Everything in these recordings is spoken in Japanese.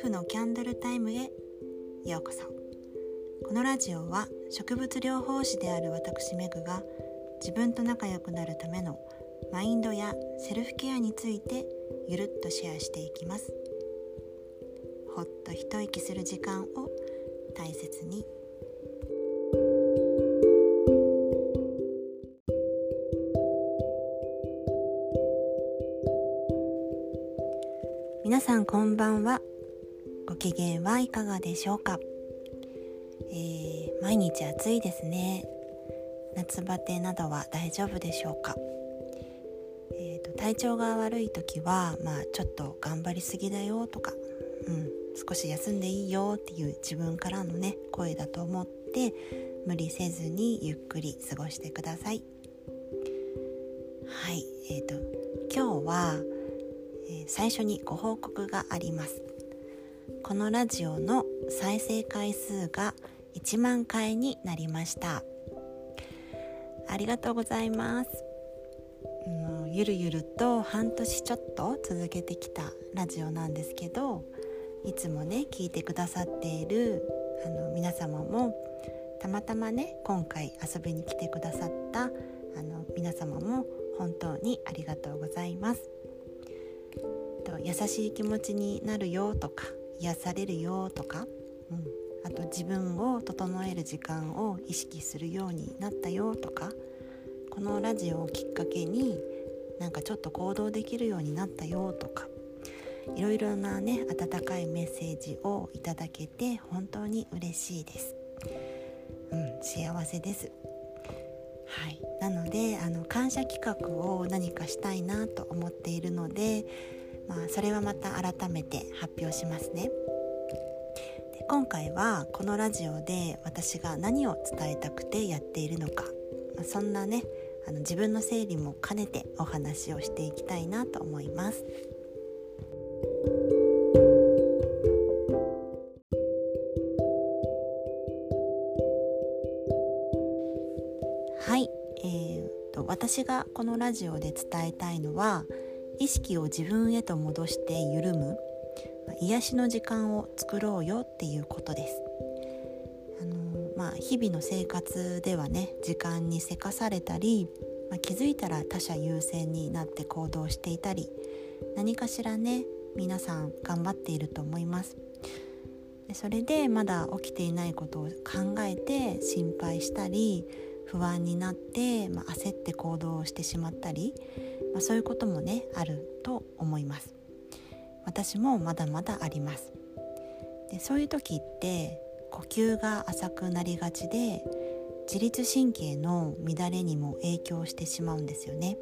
婦のキャンドルタイムへようこそ。このラジオは植物療法士である私メグが自分と仲良くなるためのマインドやセルフケアについてゆるっとシェアしていきます。ほっと一息する時間を大切に。皆さんこんばんは。ご機嫌はいかがでしょうか。毎日暑いですね。夏バテなどは大丈夫でしょうか。体調が悪い時は、ちょっと頑張りすぎだよとか、少し休んでいいよっていう自分からのね声だと思って無理せずにゆっくり過ごしてください。はい、今日は、最初にご報告があります。このラジオの再生回数が1万回になりました。ありがとうございます。ゆるゆると半年ちょっと続けてきたラジオなんですけど、いつもね聞いてくださっている皆様も、たまたまね今回遊びに来てくださった皆様も本当にありがとうございます。優しい気持ちになるよとか、癒されるよとか、あと自分を整える時間を意識するようになったよとか、このラジオをきっかけにちょっと行動できるようになったよとか、いろいろなね温かいメッセージをいただけて本当に嬉しいです。幸せです。はい、なので感謝企画を何かしたいなと思っているので、それはまた改めて発表しますね。で、今回はこのラジオで私が何を伝えたくてやっているのか、そんなね自分の整理も兼ねてお話をしていきたいなと思います。はい、私がこのラジオで伝えたいのは、意識を自分へと戻して緩む癒しの時間を作ろうよっていうことです。日々の生活ではね時間にせかされたり、気づいたら他者優先になって行動していたり、何かしらね皆さん頑張っていると思います。でそれでまだ起きていないことを考えて心配したり、不安になって、焦って行動をしてしまったり、そういうこともねあると思います。私もまだまだあります。でそういう時って呼吸が浅くなりがちで、自律神経の乱れにも影響してしまうんですよね。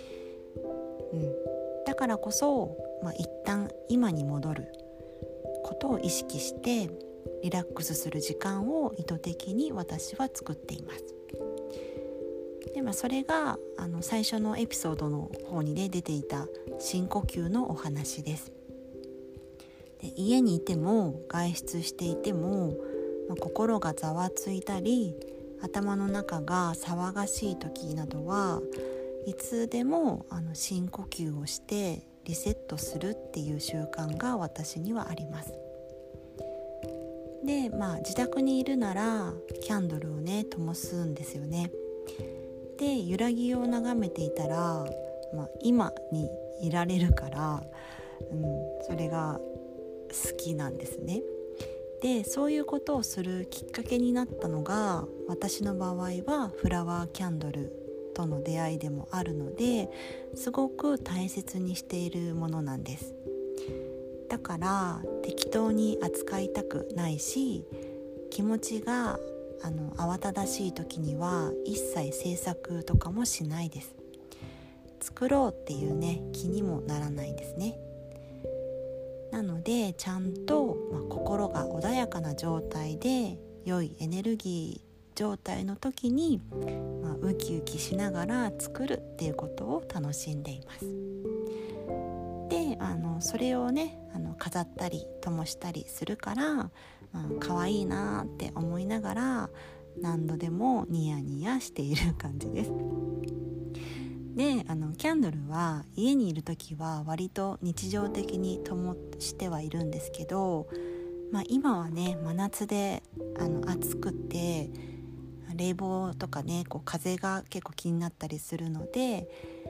だからこそ、一旦今に戻ることを意識してリラックスする時間を意図的に私は作っています。で、それが最初のエピソードの方に、出ていた深呼吸のお話です。で、家にいても外出していても、心がざわついたり頭の中が騒がしい時などはいつでも深呼吸をしてリセットするっていう習慣が私にはあります。で、自宅にいるならキャンドルをね灯すんですよね。で、揺らぎを眺めていたら、今にいられるから、それが好きなんですね。で、そういうことをするきっかけになったのが、私の場合はフラワーキャンドルとの出会いでもあるので、すごく大切にしているものなんです。だから適当に扱いたくないし、気持ちが慌ただしい時には一切制作とかもしないです。作ろうっていうね気にもならないんですね。なのでちゃんと、心が穏やかな状態で良いエネルギー状態の時に、ウキウキしながら作るっていうことを楽しんでいます。で、それをね飾ったり灯したりするから、可愛いなって思いながら何度でもニヤニヤしている感じです。 でキャンドルは家にいる時は割と日常的に灯してはいるんですけど、今はね真夏で暑くて冷房とかね風が結構気になったりするので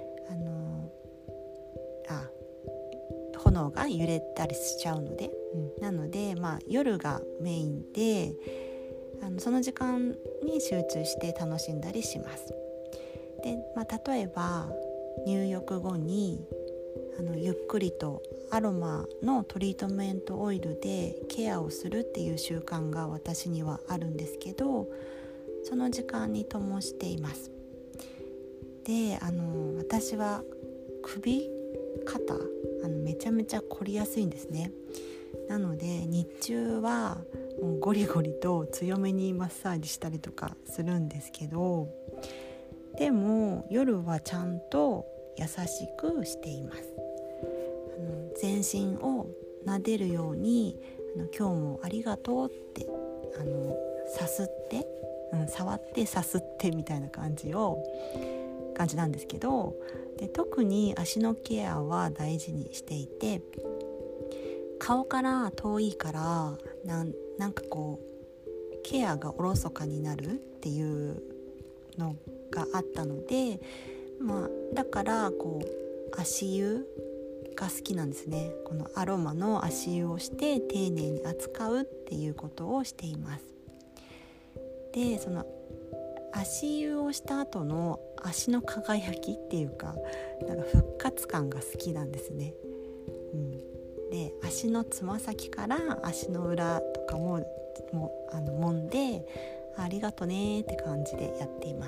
炎が揺れたりしちゃうので、なので夜がメインでその時間に集中して楽しんだりします。で、例えば入浴後にゆっくりとアロマのトリートメントオイルでケアをするっていう習慣が私にはあるんですけど、その時間に灯しています。で私は肩めちゃめちゃ凝りやすいんですね。なので日中はもうゴリゴリと強めにマッサージしたりとかするんですけど、でも夜はちゃんと優しくしています。全身を撫でるように今日もありがとうってさすって、触ってさすってみたいな感じなんですけど、で特に足のケアは大事にしていて、顔から遠いからなんかケアがおろそかになるっていうのがあったので、だから足湯が好きなんですね。このアロマの足湯をして丁寧に扱うっていうことをしています。でその足湯をした後の足の輝きっていうか、復活感が好きなんですね。で足のつま先から足の裏とかも揉んでありがとねって感じでやっています。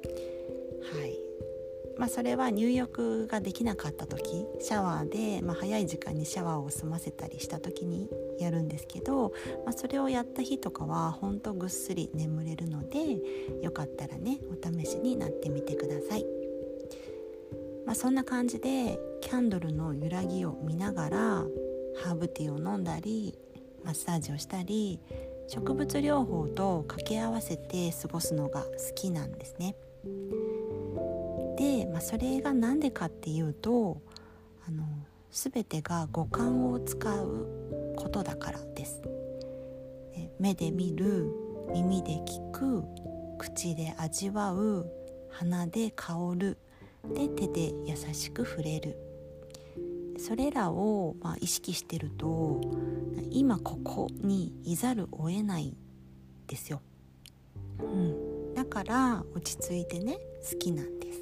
それは入浴ができなかった時、シャワーで、早い時間にシャワーを済ませたりした時にやるんですけど、それをやった日とかはほんとぐっすり眠れるので、よかったらねお試しになってみてください。そんな感じでキャンドルの揺らぎを見ながらハーブティーを飲んだりマッサージをしたり、植物療法と掛け合わせて過ごすのが好きなんですね。で、それがなんでかっていうと全てが五感を使うことだからです。目で見る、耳で聞く、口で味わう、鼻で香る、で手で優しく触れる。それらを意識してると今ここにいざるを得ないですよ。だから落ち着いてね好きなんです。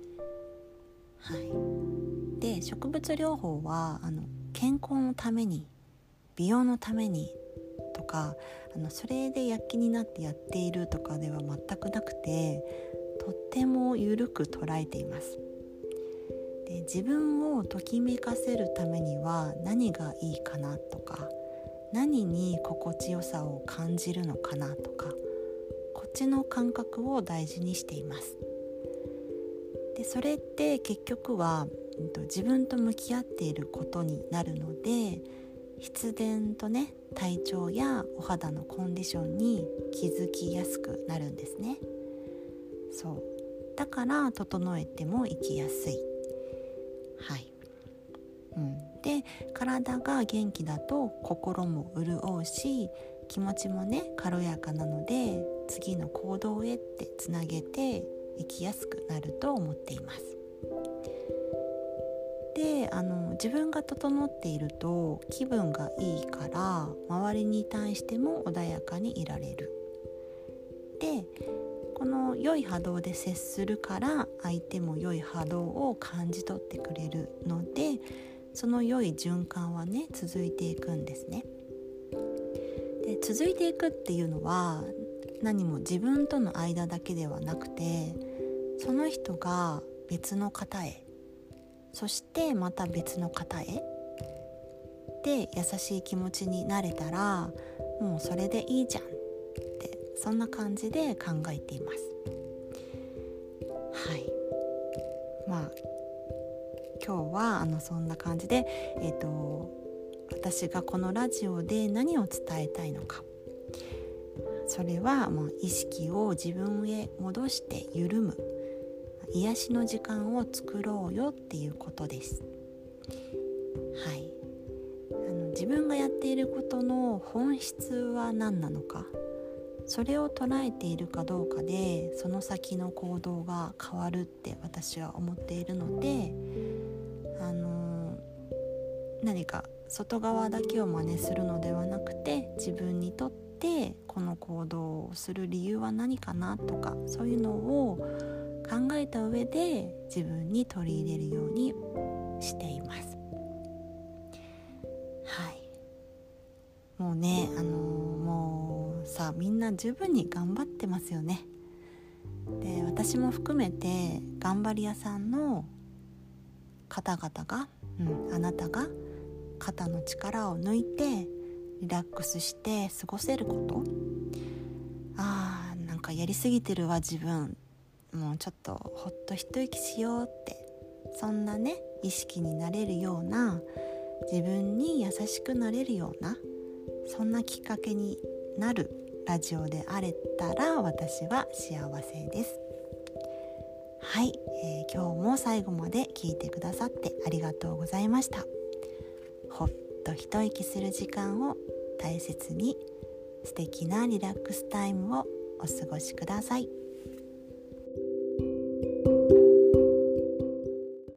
で植物療法は健康のために、美容のためにとかそれで躍起になってやっているとかでは全くなくて、とっても緩く捉えています。で自分をときめかせるためには何がいいかなとか、何に心地よさを感じるのかなとか、こっちの感覚を大事にしています。でそれって結局は自分と向き合っていることになるので、必然とね体調やお肌のコンディションに気づきやすくなるんですね。そうだから整えても生きやすい。で体が元気だと心も潤うし、気持ちもね軽やかなので次の行動へってつなげて生きやすくなると思っています。で自分が整っていると気分がいいから周りに対しても穏やかにいられる。でこの良い波動で接するから相手も良い波動を感じ取ってくれるので、その良い循環はね続いていくんですね。で続いていくっていうのは何も自分との間だけではなくて、その人が別の方へ、そしてまた別の方へで優しい気持ちになれたらもうそれでいいじゃんって、そんな感じで考えています。今日はそんな感じで、私がこのラジオで何を伝えたいのか、それは意識を自分へ戻して緩む、 癒しの時間を作ろうよっていうことです。はい、自分がやっていることの本質は何なのか、それを捉えているかどうかでその先の行動が変わるって私は思っているので、何か外側だけを真似するのではなくて、自分にとってこの行動をする理由は何かなとか、そういうのを考えた上で自分に取り入れるようにしています。はい、もうね、もうさ、みんな十分に頑張ってますよね。で、私も含めて頑張り屋さんの方々が、あなたが肩の力を抜いてリラックスして過ごせること、なんかやりすぎてるわ自分、もうちょっとほっと一息しようって、そんなね意識になれるような、自分に優しくなれるような、そんなきっかけになるラジオであれたら私は幸せです。はい、今日も最後まで聞いてくださってありがとうございました。ほっと一息する時間を大切に、素敵なリラックスタイムをお過ごしください。